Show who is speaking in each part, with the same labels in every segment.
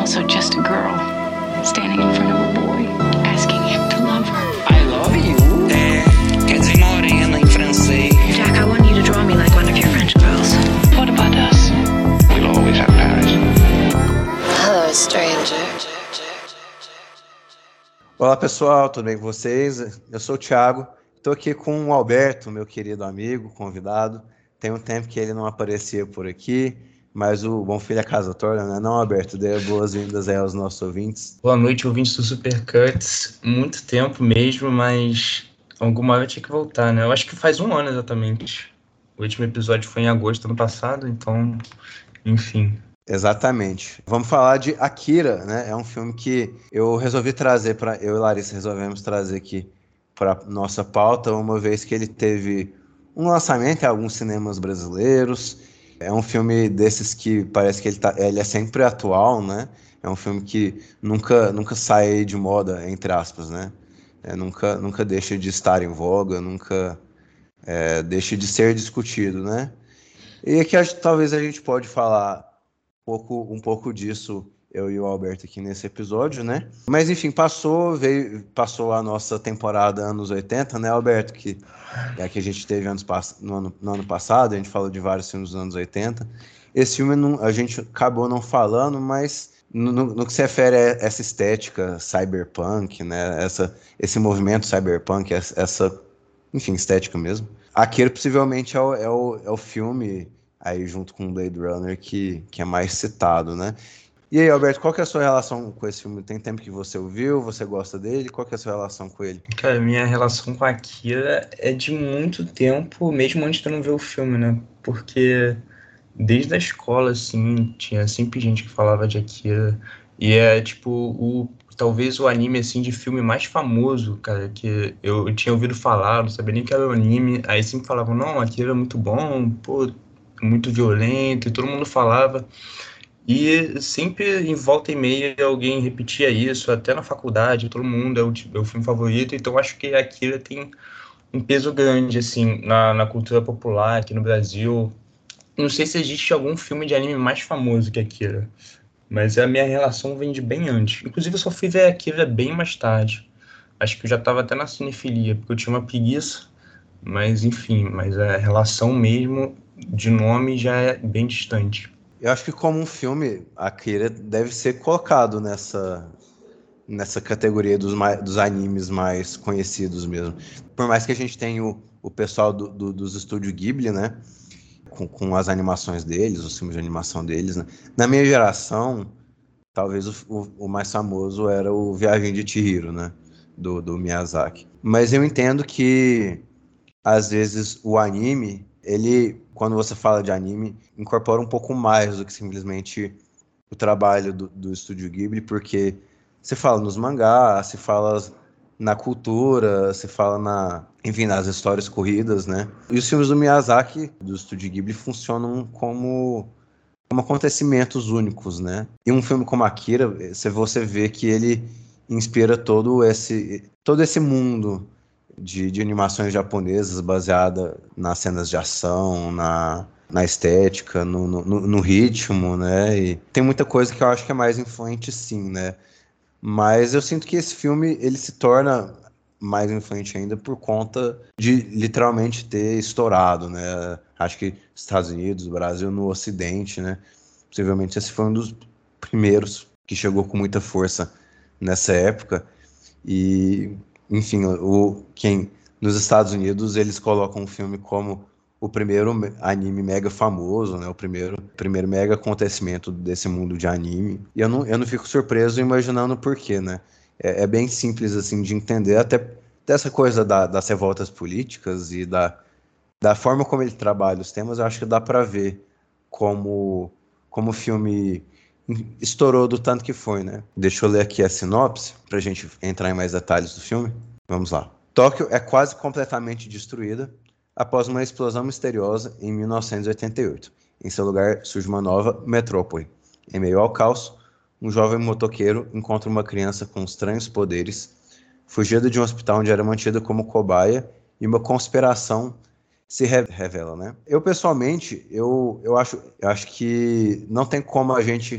Speaker 1: also just a girl standing in front of a boy, asking him to love her.
Speaker 2: I love you. Quer dizer morena em francês.
Speaker 1: Jack, I want you to draw me like one of your French girls. What about us?
Speaker 3: We'll always have Paris.
Speaker 4: Hello, stranger.
Speaker 5: Olá pessoal, tudo bem com vocês? Eu sou o Thiago, estou aqui com o Alberto, meu querido amigo, convidado. Tem um tempo que ele não aparecia por aqui, mas o bom filho é casa torna, né? Não, Alberto, dê boas-vindas aí aos nossos ouvintes.
Speaker 6: Boa noite, ouvintes do Supercuts. Muito tempo mesmo, mas alguma hora eu tinha que voltar, né? Eu acho que faz um ano exatamente. O último episódio foi em agosto do ano passado, então, enfim.
Speaker 5: Exatamente. Vamos falar de Akira, né? É um filme que eu resolvi trazer eu e Larissa resolvemos trazer aqui para nossa pauta, uma vez que ele teve um lançamento em alguns cinemas brasileiros. É um filme desses que parece que ele é sempre atual, né? É um filme que nunca sai de moda, entre aspas, né? Nunca deixa de estar em voga, nunca deixa de ser discutido, né? E aqui talvez a gente pode falar um pouco disso, eu e o Alberto aqui nesse episódio, né? Mas enfim, passou a nossa temporada anos 80, né, Alberto? Que é a que a gente teve no ano passado, a gente falou de vários filmes dos anos 80. Esse filme a gente acabou não falando, mas no que se refere a essa estética cyberpunk, né? Esse movimento cyberpunk, essa enfim, estética mesmo. Akira possivelmente é o filme aí junto com o Blade Runner que é mais citado, né? E aí, Alberto, qual que é a sua relação com esse filme? Tem tempo que você ouviu, você gosta dele? Qual que é a sua relação com ele?
Speaker 6: Cara, minha relação com a Akira é de muito tempo, mesmo antes de eu não ver o filme, né? Porque desde a escola, assim, tinha sempre gente que falava de Akira. E é, tipo, talvez o anime, assim, de filme mais famoso, cara, que eu tinha ouvido falar, não sabia nem que era o anime. Aí sempre falavam, não, Akira é muito bom, pô, muito violento, e todo mundo falava. E sempre, em volta e meia, alguém repetia isso, até na faculdade, todo mundo é o filme favorito. Então, acho que Akira tem um peso grande, assim, na cultura popular aqui no Brasil. Não sei se existe algum filme de anime mais famoso que Akira, mas a minha relação vem de bem antes. Inclusive, eu só fui ver Akira bem mais tarde. Acho que eu já estava até na cinefilia, porque eu tinha uma preguiça. Mas, enfim, mas a relação mesmo de nome já é bem distante.
Speaker 5: Eu acho que como um filme, Akira deve ser colocado nessa categoria dos animes mais conhecidos mesmo. Por mais que a gente tenha o pessoal dos estúdios Ghibli, né? Com as animações deles, os filmes de animação deles, né? Na minha geração, talvez o mais famoso era o Viagem de Chihiro, né? Do Miyazaki. Mas eu entendo que às vezes o anime, quando você fala de anime, incorpora um pouco mais do que simplesmente o trabalho do estúdio Ghibli, porque se fala nos mangás, se fala na cultura, se fala enfim, nas histórias corridas, né? E os filmes do Miyazaki, do estúdio Ghibli, funcionam como acontecimentos únicos, né? E um filme como Akira, você vê que ele inspira todo esse mundo de animações japonesas baseada nas cenas de ação, na estética, no ritmo, né? E tem muita coisa que eu acho que é mais influente, sim, né? Mas eu sinto que esse filme ele se torna mais influente ainda por conta de literalmente ter estourado, né? Acho que Estados Unidos, Brasil, no Ocidente, né? Possivelmente esse foi um dos primeiros que chegou com muita força nessa época. E, enfim, nos Estados Unidos eles colocam o filme como o primeiro anime mega famoso, né? O primeiro mega acontecimento desse mundo de anime. E eu não fico surpreso imaginando por quê, né? É bem simples assim de entender, até dessa coisa das revoltas políticas e da forma como ele trabalha os temas, eu acho que dá para ver como o filme estourou do tanto que foi, né? Deixa eu ler aqui a sinopse pra gente entrar em mais detalhes do filme. Vamos lá. Tóquio é quase completamente destruída após uma explosão misteriosa em 1988. Em seu lugar surge uma nova metrópole. Em meio ao caos, um jovem motoqueiro encontra uma criança com estranhos poderes, fugida de um hospital onde era mantida como cobaia, e uma conspiração se revela, né? Eu, pessoalmente, eu acho que não tem como a gente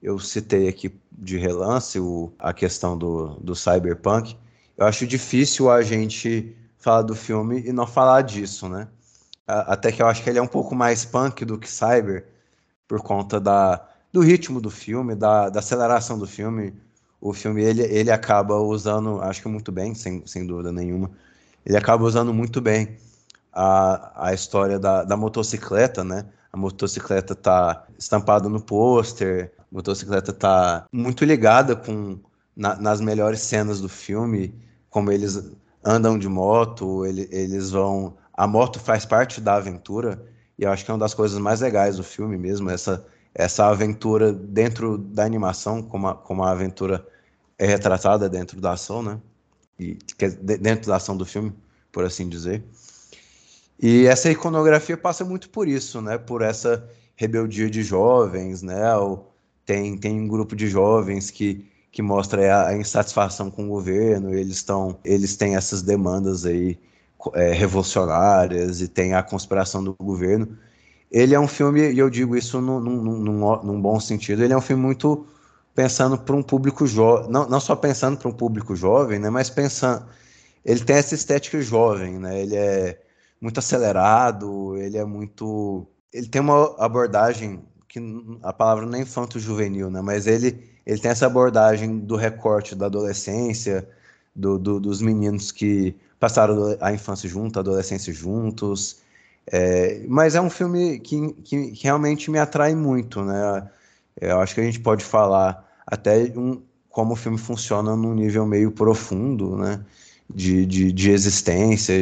Speaker 5: eu citei aqui de relance a questão do cyberpunk. Eu acho difícil a gente falar do filme e não falar disso, né? Até que eu acho que ele é um pouco mais punk do que cyber, por conta do ritmo do filme, da aceleração do filme. O filme, ele acaba usando, acho que muito bem, sem dúvida nenhuma, ele acaba usando muito bem a história da motocicleta, né? A motocicleta tá estampada no pôster, a motocicleta tá muito ligada nas melhores cenas do filme, como eles andam de moto, eles vão... A moto faz parte da aventura, e eu acho que é uma das coisas mais legais do filme mesmo, essa aventura dentro da animação, como a aventura é retratada dentro da ação, né? Dentro da ação do filme, por assim dizer. E essa iconografia passa muito por isso, né? Por essa rebeldia de jovens, né? Tem um grupo de jovens que mostra a insatisfação com o governo, eles têm essas demandas aí revolucionárias e tem a conspiração do governo. Ele é um filme, e eu digo isso num bom sentido, ele é um filme muito pensando para um público jovem, não só pensando para um público jovem, né? Mas pensando... Ele tem essa estética jovem, né? Ele é muito acelerado, ele tem uma abordagem que a palavra não é infanto-juvenil, né? Mas ele tem essa abordagem do recorte da adolescência, dos meninos que passaram a infância juntos, a adolescência juntos. Mas é um filme que realmente me atrai muito, né? Eu acho que a gente pode falar até como o filme funciona num nível meio profundo, né? De existência,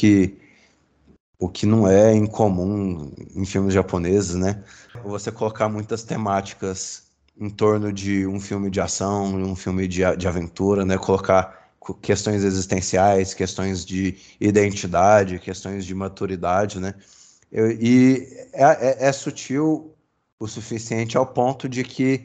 Speaker 5: o que não é incomum em filmes japoneses, né? Você colocar muitas temáticas em torno de um filme de ação, um filme de aventura, né? Colocar questões existenciais, questões de identidade, questões de maturidade, né? E é sutil o suficiente ao ponto de que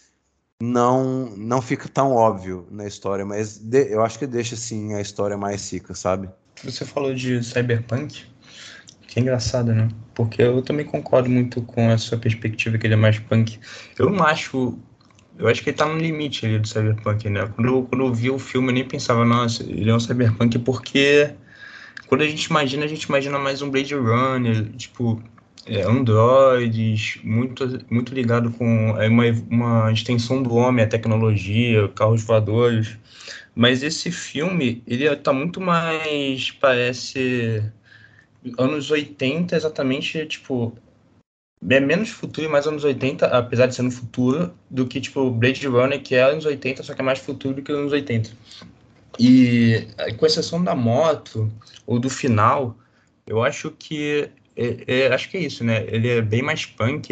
Speaker 5: não fica tão óbvio na história, mas eu acho que deixa, assim, a história mais rica, sabe?
Speaker 6: Você falou de cyberpunk, que é engraçado, né? Porque eu também concordo muito com a sua perspectiva que ele é mais punk. Eu não acho... Eu acho que ele tá no limite ali do cyberpunk, né? Quando eu vi o filme, eu nem pensava, nossa, ele é um cyberpunk, porque quando a gente imagina mais um Blade Runner, tipo, androides, muito ligado com uma extensão do homem, a tecnologia, carros voadores. Mas esse filme, ele tá muito mais, parece, anos 80, exatamente, tipo, é menos futuro e mais anos 80, apesar de ser no futuro, do que, tipo, Blade Runner, que é anos 80, só que é mais futuro do que anos 80. E, com exceção da moto, ou do final, eu acho que acho que é isso, né? Ele é bem mais punk,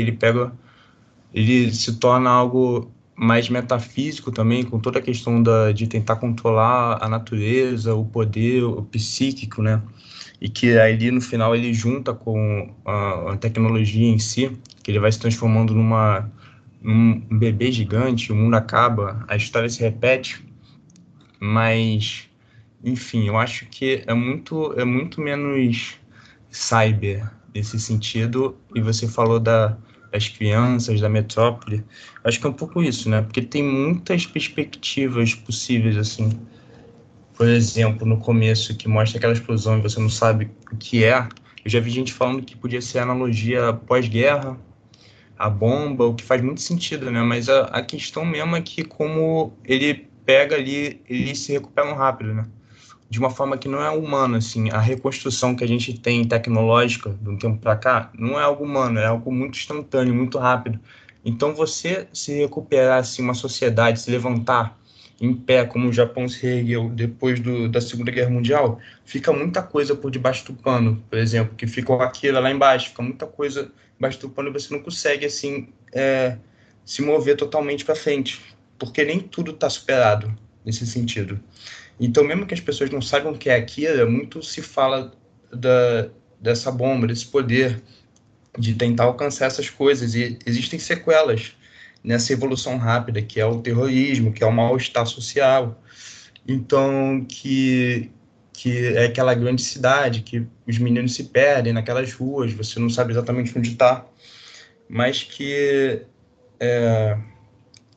Speaker 6: ele se torna algo mais metafísico também, com toda a questão de tentar controlar a natureza, o poder, o psíquico, né? E que ali no final ele junta com a tecnologia em si, que ele vai se transformando num bebê gigante, o mundo acaba, a história se repete, mas, enfim, eu acho que é muito menos cyber nesse sentido, e você falou das crianças, da metrópole, acho que é um pouco isso, né? Porque tem muitas perspectivas possíveis, assim. Por exemplo, no começo, que mostra aquela explosão e você não sabe o que é, eu já vi gente falando que podia ser analogia pós-guerra, a bomba, o que faz muito sentido, né? Mas a questão mesmo é que como ele pega ali, eles se recuperam rápido, né? De uma forma que não é humana, assim. A reconstrução que a gente tem tecnológica de um tempo para cá não é algo humano, é algo muito instantâneo, muito rápido. Então, você se recuperar, assim, uma sociedade, se levantar em pé, como o Japão se reergueu depois da Segunda Guerra Mundial, fica muita coisa por debaixo do pano, por exemplo, que fica o Akira lá embaixo, fica muita coisa debaixo do pano e você não consegue, assim, se mover totalmente para frente, porque nem tudo está superado nesse sentido. Então, mesmo que as pessoas não saibam o que é Akira, muito se fala dessa bomba, desse poder de tentar alcançar essas coisas, e existem sequelas nessa evolução rápida, que é o terrorismo, que é o mal-estar social. Então, que é aquela grande cidade, que os meninos se perdem naquelas ruas, você não sabe exatamente onde está, mas que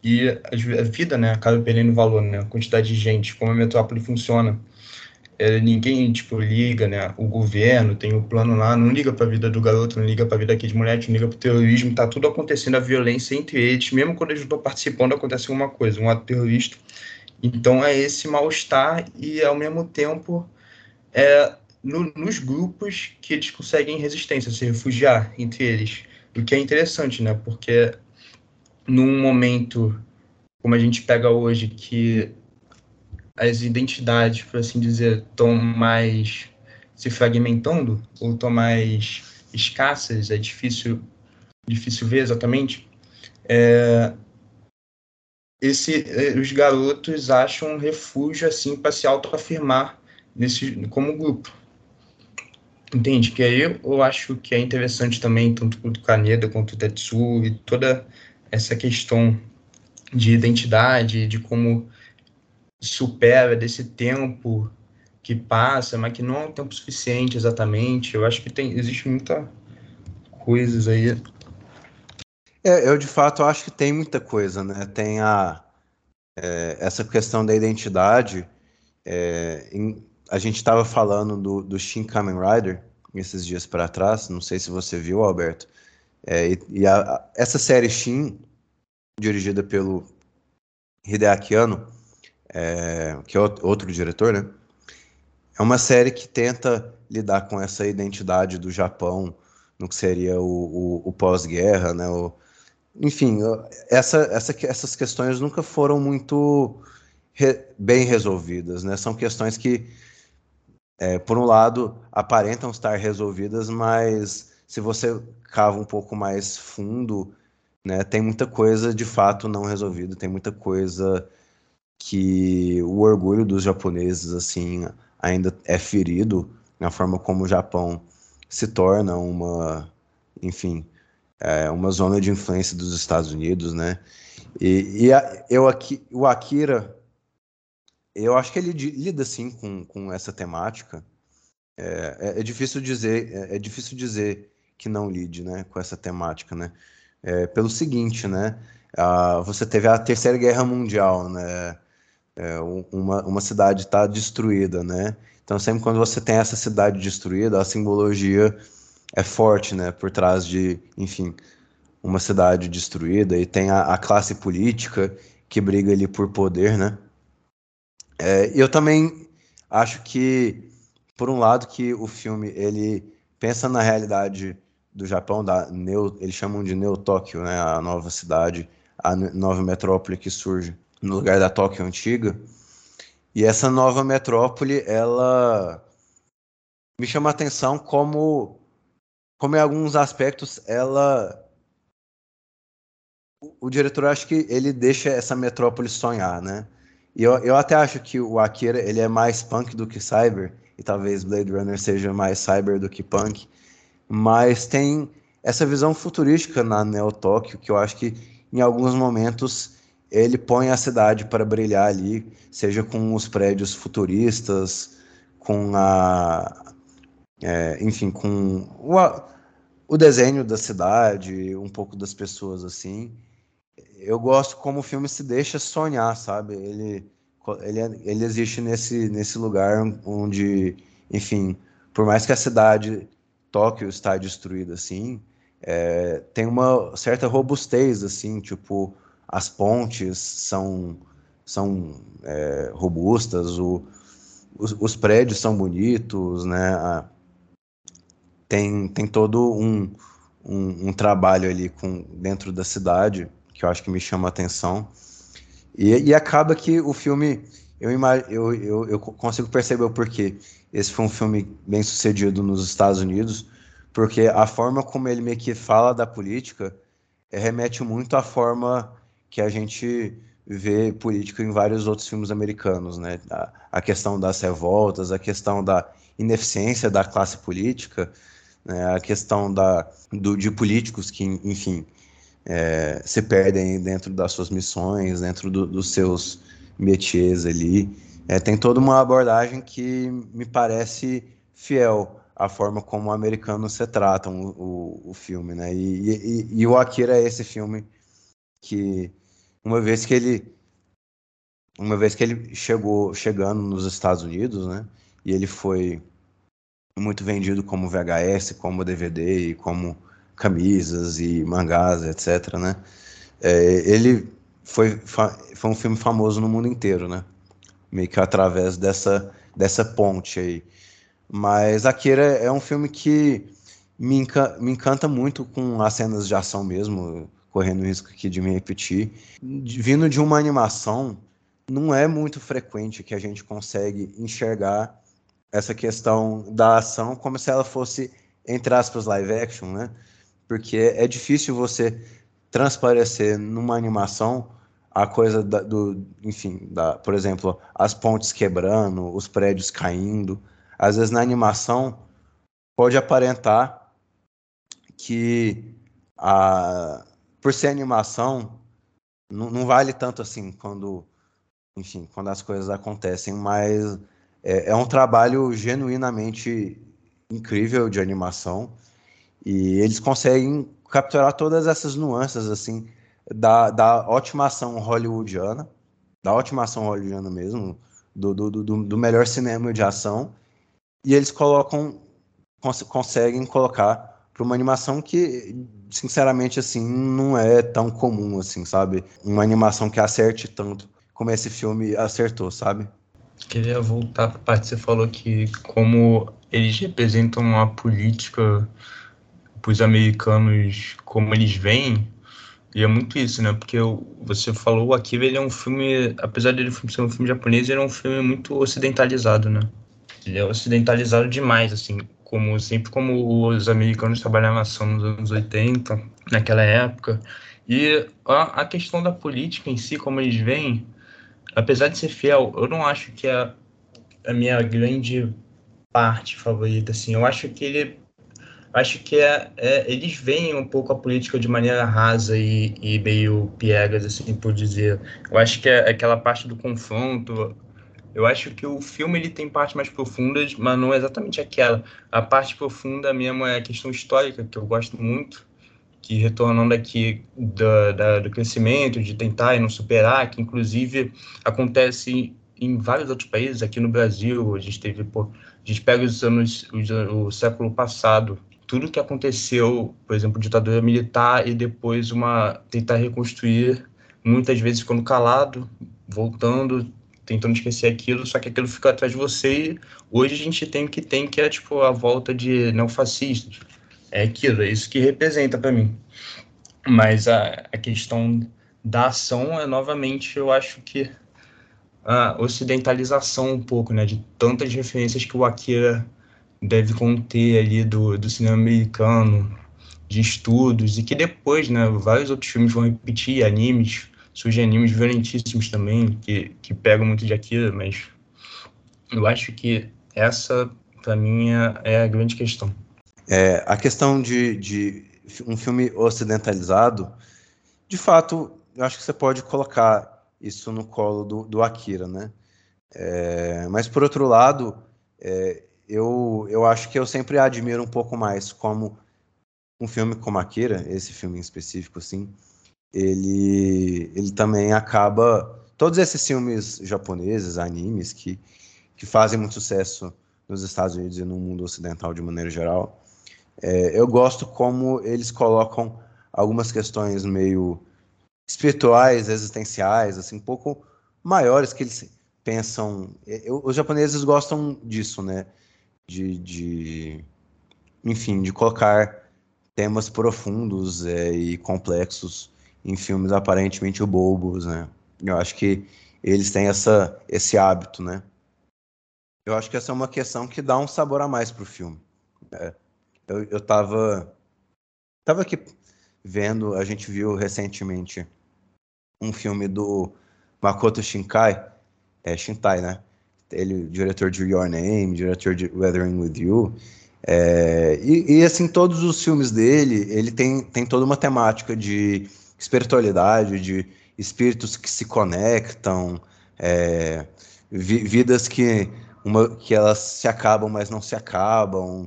Speaker 6: e a vida, né, acaba perdendo valor, né, a quantidade de gente, como a metrópole funciona. Ninguém, tipo, liga, né, o governo tem o plano lá, não liga para a vida do garoto, não liga para a vida aqui de mulher, não liga para o terrorismo, tá tudo acontecendo, a violência entre eles, mesmo quando eles não estão participando, acontece alguma coisa, um ato terrorista. Então é esse mal-estar e, ao mesmo tempo, nos grupos que eles conseguem resistência, se refugiar entre eles. O que é interessante, né? Porque num momento, como a gente pega hoje, que as identidades, por assim dizer, estão mais se fragmentando ou estão mais escassas, é difícil ver exatamente, os garotos acham um refúgio assim para se autoafirmar como grupo. Entende? Que aí eu acho que é interessante também, tanto o Kaneda quanto o Tetsuo, e toda essa questão de identidade, de como supera desse tempo que passa, mas que não é um tempo suficiente exatamente. Eu acho que existe muita coisas aí.
Speaker 5: Eu de fato acho que tem muita coisa, né? Tem essa questão da identidade. A gente estava falando do Shin Kamen Rider esses dias para trás, não sei se você viu, Alberto. Essa série Shin, dirigida pelo Hideaki Anno, que é outro diretor, né? É uma série que tenta lidar com essa identidade do Japão no que seria o pós-guerra, né? Enfim, essas questões nunca foram muito bem resolvidas, né? São questões que, por um lado, aparentam estar resolvidas, mas se você cava um pouco mais fundo, né, tem muita coisa de fato não resolvida, tem muita coisa que o orgulho dos japoneses assim ainda é ferido na forma como o Japão se torna enfim, uma zona de influência dos Estados Unidos, né? O Akira, eu acho que ele lida sim com essa temática. É difícil dizer que não lide, né, com essa temática, né? Pelo seguinte, né? Você teve a Terceira Guerra Mundial, né? Uma cidade está destruída, né? Então sempre quando você tem essa cidade destruída, a simbologia é forte, né? Por trás de, enfim, uma cidade destruída, e tem a classe política que briga ali por poder, né? E eu também acho que, por um lado, que o filme ele pensa na realidade do Japão, eles chamam de Neo Tóquio, né? A nova cidade, a nova metrópole que surge no lugar da Tóquio antiga. E essa nova metrópole, ela me chama a atenção como em alguns aspectos o diretor, acho que ele deixa essa metrópole sonhar, né? E eu até acho que o Akira, ele é mais punk do que cyber, e talvez Blade Runner seja mais cyber do que punk, mas tem essa visão futurística na Neo Tóquio, que eu acho que em alguns momentos ele põe a cidade para brilhar ali, seja com os prédios futuristas, com enfim, com o desenho da cidade, um pouco das pessoas assim. Eu gosto como o filme se deixa sonhar, sabe? Ele existe nesse lugar onde, enfim, por mais que a cidade Tóquio está destruída assim, tem uma certa robustez assim, tipo, as pontes são robustas, os prédios são bonitos, né? Tem todo um trabalho ali dentro da cidade que eu acho que me chama a atenção. E acaba que o filme, eu consigo perceber o porquê. Esse foi um filme bem sucedido nos Estados Unidos, porque a forma como ele meio que fala da política remete muito à forma que a gente vê política em vários outros filmes americanos, né? A questão das revoltas, a questão da ineficiência da classe política, né? A questão de políticos que, enfim, se perdem dentro das suas missões, dentro dos seus métiers ali. Tem toda uma abordagem que me parece fiel à forma como americanos se tratam o filme, né? E o Akira é esse filme que uma vez que ele chegando nos Estados Unidos, né? E ele foi muito vendido como VHS, como DVD e como camisas e mangás, etc, né? Ele foi um filme famoso no mundo inteiro, né? Meio que através dessa ponte aí. Mas Akira é um filme que me encanta muito com as cenas de ação mesmo, correndo o risco aqui de me repetir. Vindo de uma animação, não é muito frequente que a gente consegue enxergar essa questão da ação como se ela fosse, entre aspas, live action, né? Porque é difícil você transparecer numa animação a coisa por exemplo, as pontes quebrando, os prédios caindo. Às vezes na animação pode aparentar que por ser animação não vale tanto assim quando as coisas acontecem, mas é um trabalho genuinamente incrível de animação e eles conseguem capturar todas essas nuances assim da ótima ação hollywoodiana, mesmo, do melhor cinema de ação, e eles conseguem colocar para uma animação que, sinceramente, assim, não é tão comum, assim, sabe? Uma animação que acerte tanto como esse filme acertou, sabe?
Speaker 6: Queria voltar para a parte que você falou que como eles representam a política para os americanos, como eles veem, e é muito isso, né? Porque você falou, o Akira, ele é um filme, apesar dele ser um filme japonês, ele é um filme muito ocidentalizado, né? Ele é ocidentalizado demais, assim, sempre como os americanos trabalhavam ação nos anos 80, naquela época. E a questão da política em si, como eles veem, apesar de ser fiel, eu não acho que é a minha grande parte favorita, assim. Eu acho que eles veem um pouco a política de maneira rasa e meio piegas, assim, por dizer. Eu acho que é aquela parte do confronto. Eu acho que o filme ele tem partes mais profundas, mas não é exatamente aquela. A parte profunda mesmo é a questão histórica, que eu gosto muito, que retornando aqui do crescimento, de tentar e não superar, que inclusive acontece em vários outros países. Aqui no Brasil, a gente pega o século passado, tudo que aconteceu, por exemplo, ditadura militar e depois tentar reconstruir, muitas vezes ficando calado, voltando, tentando esquecer aquilo, só que aquilo fica atrás de você e hoje a gente tem o que tem, que é tipo a volta de neofascistas. É aquilo, é isso que representa para mim. Mas a questão da ação é, novamente, eu acho que a ocidentalização um pouco, né, de tantas referências que o Akira deve conter ali do cinema americano, de estudos, e que depois, né, vários outros filmes vão repetir, surgem animes violentíssimos também, que pegam muito de Akira, mas eu acho que essa, para mim, é a grande questão.
Speaker 5: A questão de um filme ocidentalizado, de fato, eu acho que você pode colocar isso no colo do Akira, né? Mas, por outro lado, eu acho que eu sempre admiro um pouco mais como um filme como Akira, esse filme em específico, assim, ele também acaba... Todos esses filmes japoneses, animes, que fazem muito sucesso nos Estados Unidos e no mundo ocidental de maneira geral, eu gosto como eles colocam algumas questões meio espirituais, existenciais, assim, um pouco maiores que eles pensam... Os japoneses gostam disso, né? Enfim, de colocar temas profundos e complexos em filmes aparentemente bobos, né? Eu acho que eles têm esse hábito, né? Eu acho que essa é uma questão que dá um sabor a mais pro filme. Eu tava aqui vendo, a gente viu recentemente um filme do Makoto Shinkai, Shinkai, né? Ele, diretor de Your Name, diretor de Weathering with You. E assim, todos os filmes dele, ele tem toda uma temática de espiritualidade, de espíritos que se conectam, vidas que elas se acabam, mas não se acabam,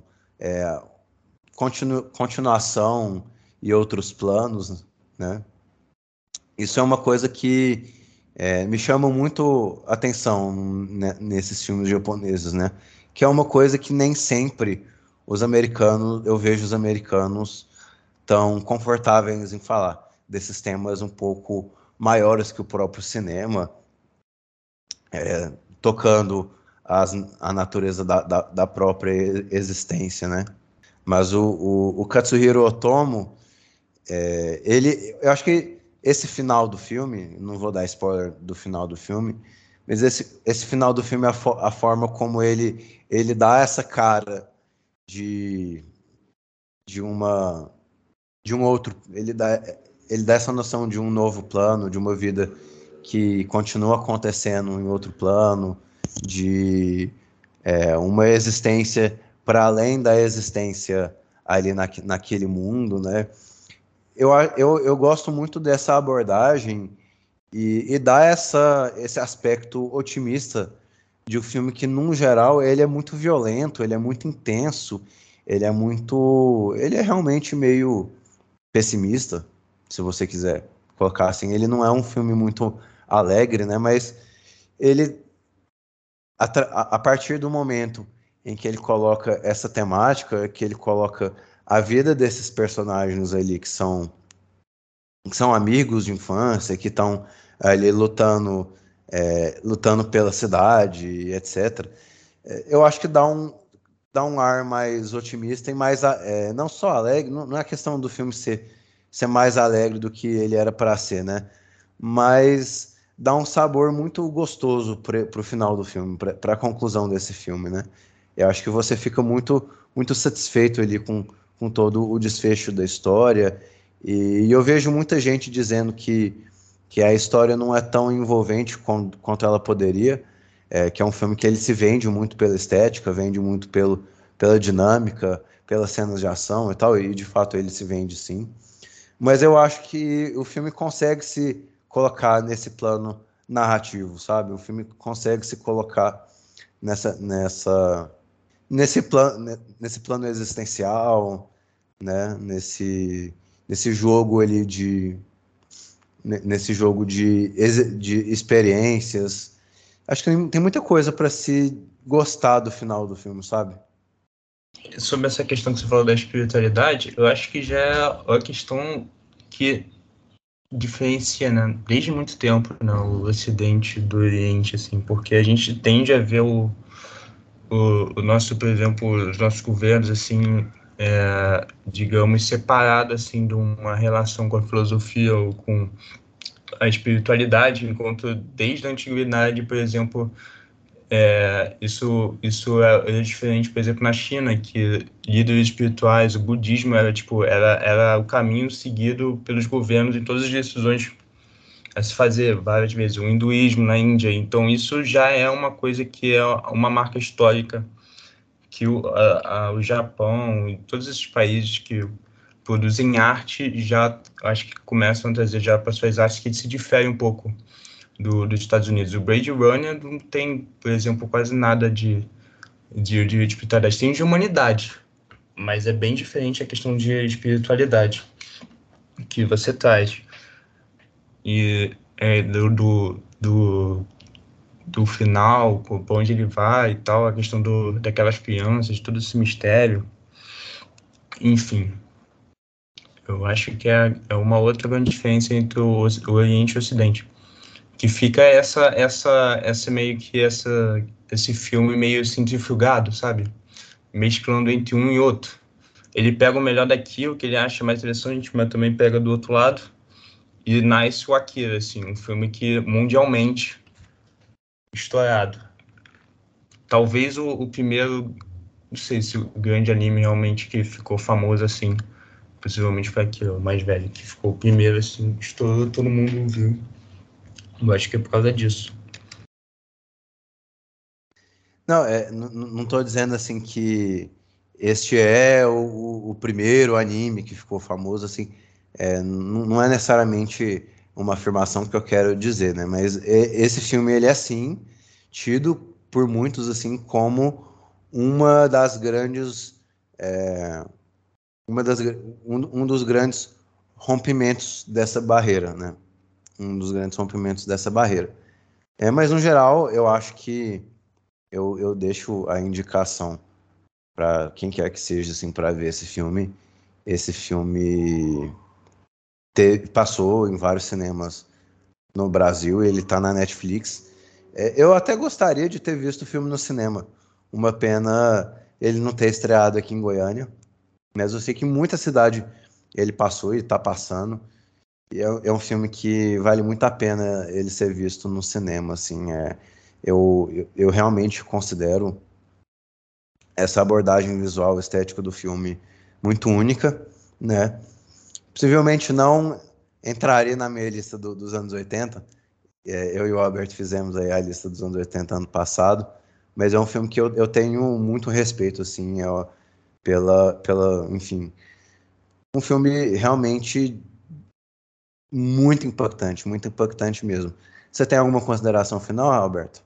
Speaker 5: continuação e outros planos, né? Isso é uma coisa que me chama muito atenção nesses filmes japoneses, né? Que é uma coisa que nem sempre eu vejo os americanos tão confortáveis em falar desses temas um pouco maiores que o próprio cinema, tocando a natureza da própria existência, né? Mas o Katsuhiro Otomo, eu acho que esse final do filme, não vou dar spoiler do final do filme, mas esse final do filme, a forma como ele dá essa cara de, de uma de um outro, ele dá essa noção de um novo plano, de uma vida que continua acontecendo em outro plano, de uma existência para além da existência ali naquele mundo, né? Eu gosto muito dessa abordagem e dá esse aspecto otimista de um filme que, num geral, ele é muito violento, ele é muito intenso, ele é realmente meio pessimista, se você quiser colocar assim. Ele não é um filme muito alegre, né? Mas ele, a partir do momento em que ele coloca essa temática, que ele coloca a vida desses personagens ali que são amigos de infância, que estão ali lutando pela cidade, etc. Eu acho que dá um ar mais otimista e mais não só alegre, não é questão do filme ser mais alegre do que ele era para ser, né? Mas dá um sabor muito gostoso para o final do filme, para a conclusão desse filme, né? Eu acho que você fica muito satisfeito ali com todo o desfecho da história. E eu vejo muita gente dizendo que a história não é tão envolvente quanto ela poderia, que é um filme que ele se vende muito pela estética, vende muito pela dinâmica, pelas cenas de ação e tal, e de fato ele se vende sim. Mas eu acho que o filme consegue se colocar nesse plano narrativo, sabe? O filme consegue se colocar nesse plano existencial, né? Nesse jogo ali nesse jogo de experiências. Acho que tem muita coisa para se gostar do final do filme, sabe?
Speaker 6: Sobre essa questão que você falou da espiritualidade, eu acho que já é uma questão que diferencia, né, desde muito tempo, né, o Ocidente do Oriente, assim, porque a gente tende a ver o nosso, por exemplo, os nossos governos, assim, digamos, separado, assim, de uma relação com a filosofia ou com a espiritualidade, enquanto desde a antiguidade, por exemplo, isso é diferente, por exemplo, na China, que líderes espirituais, o budismo era o caminho seguido pelos governos em todas as decisões a se fazer várias vezes. O hinduísmo na Índia, então isso já é uma coisa que é uma marca histórica que o Japão e todos esses países que produzem arte já acho que começam a trazer já para suas artes que se diferem um pouco dos Estados Unidos. O Blade Runner não tem, por exemplo, quase nada de espiritualidade. Tem de humanidade, mas é bem diferente a questão de espiritualidade que você traz. E do final, para onde ele vai e tal, a questão daquelas crianças, todo esse mistério. Enfim, eu acho que é uma outra grande diferença entre o Oriente e o Ocidente. Que fica meio que esse filme meio centrifugado, sabe? Mesclando entre um e outro. Ele pega o melhor daquilo que ele acha mais interessante, mas também pega do outro lado. E nasce o Akira, assim, um filme que mundialmente estourado. Talvez o primeiro, não sei se o grande anime realmente que ficou famoso assim, possivelmente foi Akira, o mais velho, que ficou o primeiro, assim, estourou, todo mundo viu. Eu acho que é por causa disso.
Speaker 5: Não, não estou dizendo assim que este é o primeiro anime que ficou famoso, assim, não é necessariamente uma afirmação que eu quero dizer, né? Mas esse filme, ele é, sim, tido por muitos, assim, como uma das grandes... um dos grandes rompimentos dessa barreira, né? grandes rompimentos dessa barreira. Mas, no geral, eu acho que eu deixo a indicação para quem quer que seja, assim, para ver esse filme. Esse filme passou em vários cinemas no Brasil, ele está na Netflix. Eu até gostaria de ter visto o filme no cinema. Uma pena ele não ter estreado aqui em Goiânia, mas eu sei que em muita cidade ele passou e está passando. E é um filme que vale muito a pena ele ser visto no cinema, assim. Eu realmente considero essa abordagem visual, estética do filme muito única, né? Possivelmente não entraria na minha lista dos anos 80. Eu e o Albert fizemos aí a lista dos anos 80 ano passado, mas é um filme que eu tenho muito respeito, assim, enfim, um filme realmente muito impactante mesmo. Você tem alguma consideração final, Alberto?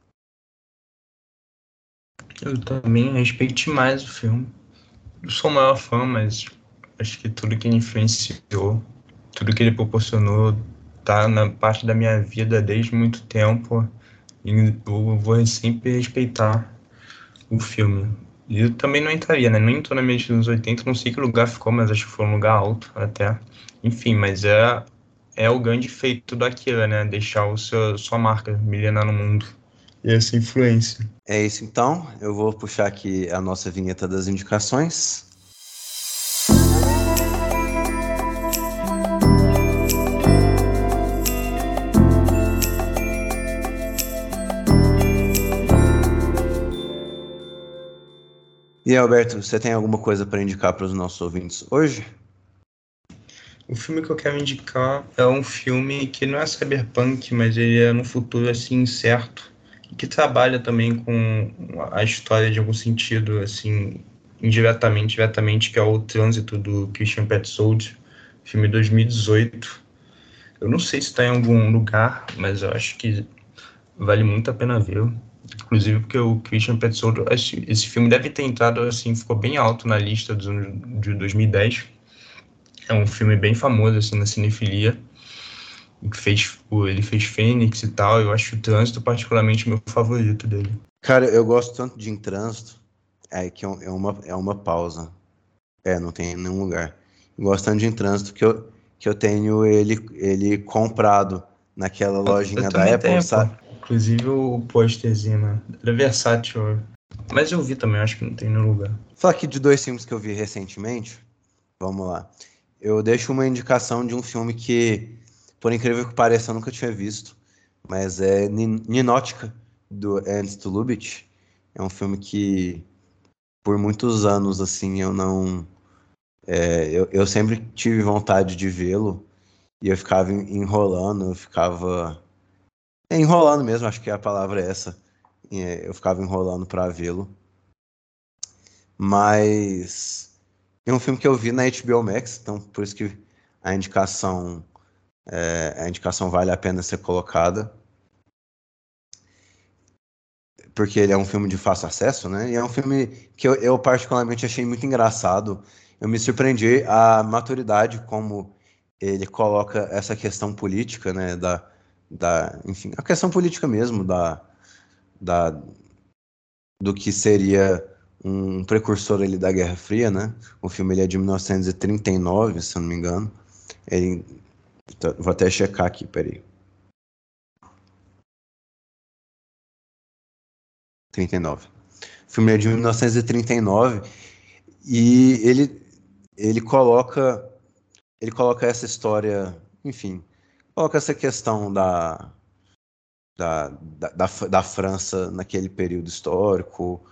Speaker 6: Eu também respeito demais o filme. Eu sou o maior fã, mas acho que tudo que ele influenciou, tudo que ele proporcionou, tá na parte da minha vida desde muito tempo. E eu vou sempre respeitar o filme. E eu também não entraria, né? Nem tô na minha lista dos 80, não sei que lugar ficou, mas acho que foi um lugar alto até. Enfim, mas é o grande feito daquilo, né? Deixar sua marca milenar no mundo. E essa influência.
Speaker 5: É isso então, eu vou puxar aqui a nossa vinheta das indicações. E Alberto, você tem alguma coisa para indicar para os nossos ouvintes hoje?
Speaker 6: O filme que eu quero indicar é um filme que não é cyberpunk, mas ele é no futuro assim incerto, que trabalha também com a história de algum sentido, assim, diretamente, que é o Trânsito, do Christian Petzold, filme de 2018. Eu não sei se está em algum lugar, mas eu acho que vale muito a pena ver. Inclusive porque o Christian Petzold, esse filme deve ter entrado, assim, ficou bem alto na lista de 2010. É um filme bem famoso, assim, na cinefilia. Ele fez Fênix e tal. Eu acho o Trânsito particularmente meu favorito dele.
Speaker 5: Cara, eu gosto tanto de Em Trânsito, que é uma pausa. Não tem em nenhum lugar. Eu gosto tanto de Em Trânsito que eu tenho ele comprado naquela lojinha da Apple, sabe?
Speaker 6: Inclusive o posterzinho, né? Ele é versátil. Mas eu vi também, acho que não tem nenhum lugar.
Speaker 5: Falar aqui de 2 filmes que eu vi recentemente. Vamos lá. Eu deixo uma indicação de um filme que, por incrível que pareça, eu nunca tinha visto, mas é Ninótica, do Ernst Lubitsch. É um filme que, por muitos anos, assim, eu não... eu sempre tive vontade de vê-lo, e eu ficava enrolando mesmo, acho que a palavra é essa. Eu ficava enrolando para vê-lo. Mas é um filme que eu vi na HBO Max, então por isso que a indicação vale a pena ser colocada. Porque ele é um filme de fácil acesso, né? E é um filme que eu particularmente achei muito engraçado. Eu me surpreendi a maturidade como ele coloca essa questão política, né? Enfim, a questão política mesmo do que seria um precursor ali da Guerra Fria, né? O filme ele é de 1939, se eu não me engano. Vou até checar aqui, peraí. 39. O filme é de 1939 e ele coloca essa história, enfim, coloca essa questão da França naquele período histórico,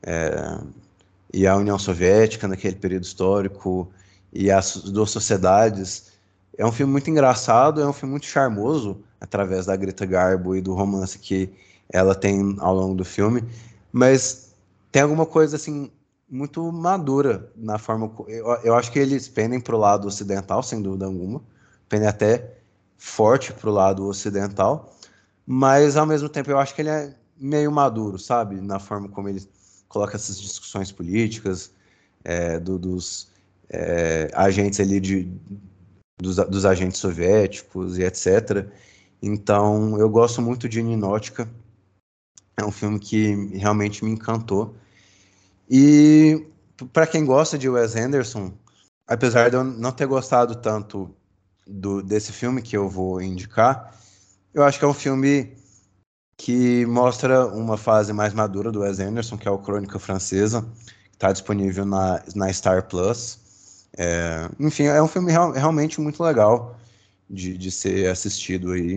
Speaker 5: e a União Soviética naquele período histórico, e as duas sociedades. É um filme muito engraçado, é um filme muito charmoso, através da Greta Garbo e do romance que ela tem ao longo do filme, mas tem alguma coisa assim muito madura na forma. Eu acho que eles pendem para o lado ocidental, sem dúvida alguma, pendem até forte para o lado ocidental, mas ao mesmo tempo eu acho que ele é meio maduro, sabe, na forma como ele coloca essas discussões políticas, dos agentes ali dos agentes soviéticos e etc. Então, eu gosto muito de Ninótica. É um filme que realmente me encantou. E para quem gosta de Wes Anderson, apesar de eu não ter gostado tanto desse filme que eu vou indicar, eu acho que é um filme que mostra uma fase mais madura do Wes Anderson, que é o Crônica Francesa, que está disponível na Star Plus. Enfim, é um filme realmente muito legal de ser assistido aí.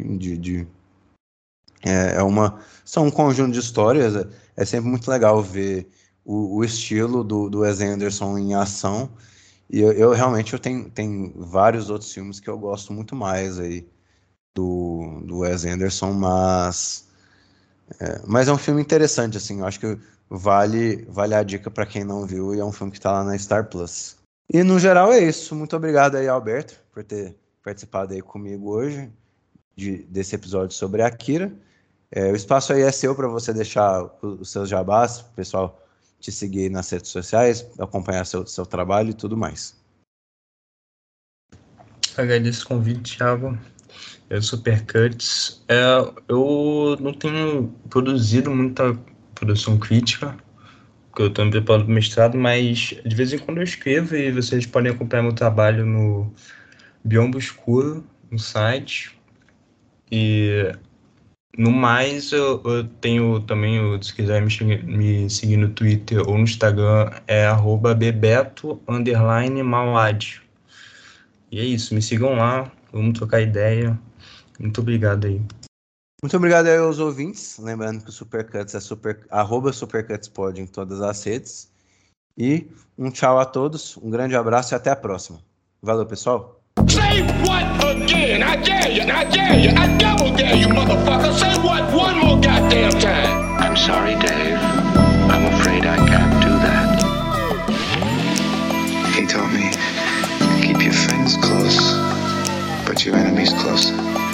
Speaker 5: São um conjunto de histórias. É sempre muito legal ver o estilo do Wes Anderson em ação. E eu realmente tenho vários outros filmes que eu gosto muito mais aí do Wes Anderson, mas é um filme interessante, assim. Eu acho que vale a dica para quem não viu, e é um filme que está lá na Star Plus. E no geral é isso. Muito obrigado aí, Alberto, por ter participado aí comigo hoje desse episódio sobre Akira. O espaço aí é seu para você deixar os seus jabás, o pessoal te seguir nas redes sociais, acompanhar seu trabalho e tudo mais.
Speaker 6: Agradeço o convite, Thiago. Eu sou Supercuts. Eu não tenho produzido muita produção crítica, porque eu estou me preparando para o mestrado, mas de vez em quando eu escrevo e vocês podem acompanhar meu trabalho no Biombo Escuro, no site. E no mais, eu tenho também, se quiser me seguir no Twitter ou no Instagram, é @bebeto_malad. E é isso, me sigam lá, vamos trocar ideia. Muito obrigado aí.
Speaker 5: Muito obrigado aí aos ouvintes. Lembrando que o Supercuts é @SupercutsPod em todas as redes. E um tchau a todos, um grande abraço e até a próxima. Valeu, pessoal!
Speaker 7: Say what again? I dare you, I dare you, I double dare you, motherfucker. Say what one more goddamn time.
Speaker 3: I'm sorry, Dave. I'm afraid I can't do that.
Speaker 8: He told me, keep your friends close, but your enemies closer.